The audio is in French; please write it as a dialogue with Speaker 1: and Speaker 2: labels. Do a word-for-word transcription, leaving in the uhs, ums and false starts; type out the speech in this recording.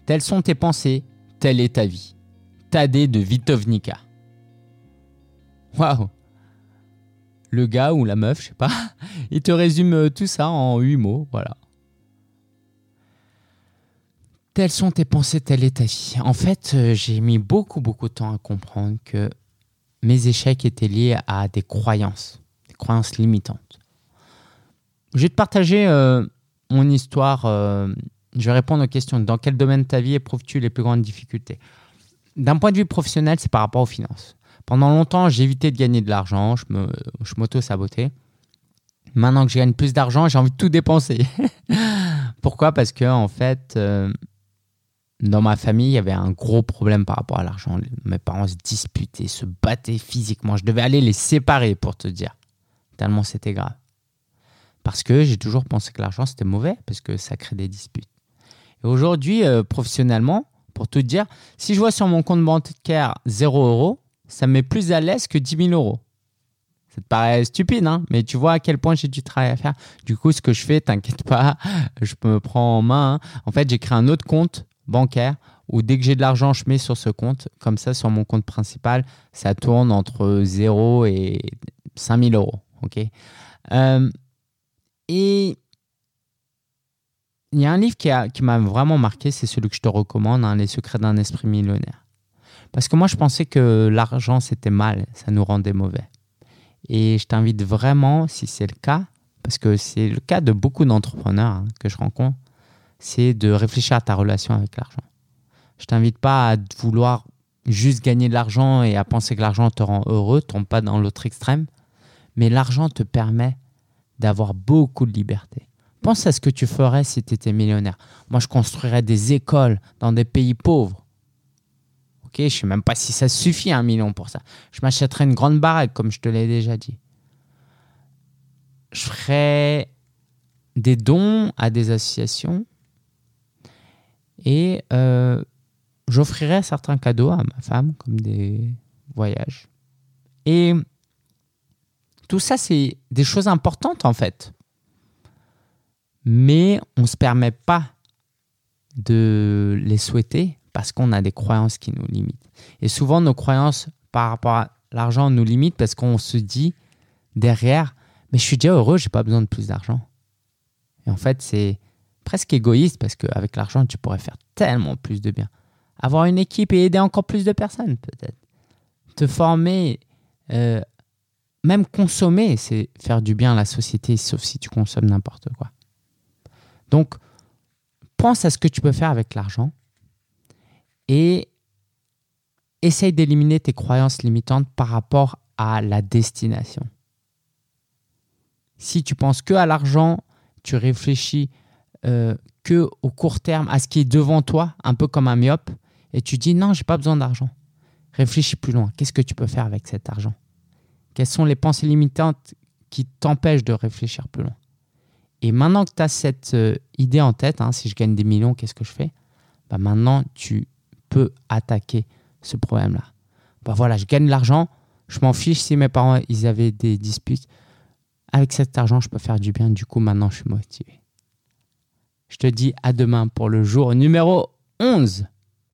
Speaker 1: Telles sont tes pensées, telle est ta vie. Tadej de Vitovnica. Waouh! Le gars ou la meuf, je sais pas, il te résume tout ça en huit mots, voilà. Telles sont tes pensées, telle est ta vie. En fait, j'ai mis beaucoup, beaucoup de temps à comprendre que mes échecs étaient liés à des croyances, des croyances limitantes. Je vais te partager euh, mon histoire. Euh, je vais répondre aux questions. Dans quel domaine de ta vie éprouves-tu les plus grandes difficultés? D'un point de vue professionnel, c'est par rapport aux finances. Pendant longtemps, j'ai évité de gagner de l'argent. Je, me, je m'auto-sabotais. Maintenant que je gagne plus d'argent, j'ai envie de tout dépenser. Pourquoi? Parce que, en fait, euh, dans ma famille, il y avait un gros problème par rapport à l'argent. Mes parents se disputaient, se battaient physiquement. Je devais aller les séparer, pour te dire. Tellement c'était grave. Parce que j'ai toujours pensé que l'argent, c'était mauvais, parce que ça crée des disputes. Et aujourd'hui, euh, professionnellement, pour te dire, si je vois sur mon compte bancaire zéro euro, ça me met plus à l'aise que dix mille euros. Ça te paraît stupide, hein? Mais tu vois à quel point j'ai du travail à faire. Du coup, ce que je fais, t'inquiète pas, je me prends en main. Hein. En fait, j'ai créé un autre compte bancaire où dès que j'ai de l'argent, je mets sur ce compte. Comme ça, sur mon compte principal, ça tourne entre zéro et cinq mille euros. Okay, euh, et il y a un livre qui, a, qui m'a vraiment marqué, c'est celui que je te recommande, hein, Les secrets d'un esprit millionnaire. Parce que moi, je pensais que l'argent, c'était mal, ça nous rendait mauvais. Et je t'invite vraiment, si c'est le cas, parce que c'est le cas de beaucoup d'entrepreneurs hein, que je rencontre, c'est de réfléchir à ta relation avec l'argent. Je ne t'invite pas à vouloir juste gagner de l'argent et à penser que l'argent te rend heureux, tombe pas dans l'autre extrême, mais l'argent te permet d'avoir beaucoup de liberté. Pense à ce que tu ferais si tu étais millionnaire. Moi, je construirais des écoles dans des pays pauvres. Ok, je ne sais même pas si ça suffit un million pour ça. Je m'achèterais une grande baraque, comme je te l'ai déjà dit. Je ferais des dons à des associations et euh, j'offrirais certains cadeaux à ma femme, comme des voyages. Et tout ça, c'est des choses importantes en fait. Mais on ne se permet pas de les souhaiter parce qu'on a des croyances qui nous limitent. Et souvent, nos croyances par rapport à l'argent nous limitent parce qu'on se dit derrière, mais je suis déjà heureux, je n'ai pas besoin de plus d'argent. Et en fait, c'est presque égoïste parce qu'avec l'argent, tu pourrais faire tellement plus de bien. Avoir une équipe et aider encore plus de personnes peut-être. Te former, euh, même consommer, c'est faire du bien à la société, sauf si tu consommes n'importe quoi. Donc, pense à ce que tu peux faire avec l'argent et essaye d'éliminer tes croyances limitantes par rapport à la destination. Si tu penses que à l'argent, tu réfléchis euh, que au court terme, à ce qui est devant toi, un peu comme un myope, et tu dis non, j'ai pas besoin d'argent. Réfléchis plus loin. Qu'est-ce que tu peux faire avec cet argent? Quelles sont les pensées limitantes qui t'empêchent de réfléchir plus loin? Et maintenant que tu as cette euh, idée en tête, hein, si je gagne des millions, qu'est-ce que je fais? Bah maintenant, tu peux attaquer ce problème-là. Bah voilà, je gagne de l'argent, je m'en fiche si mes parents ils avaient des disputes. Avec cet argent, je peux faire du bien. Du coup, maintenant, je suis motivé. Je te dis à demain pour le jour numéro onze.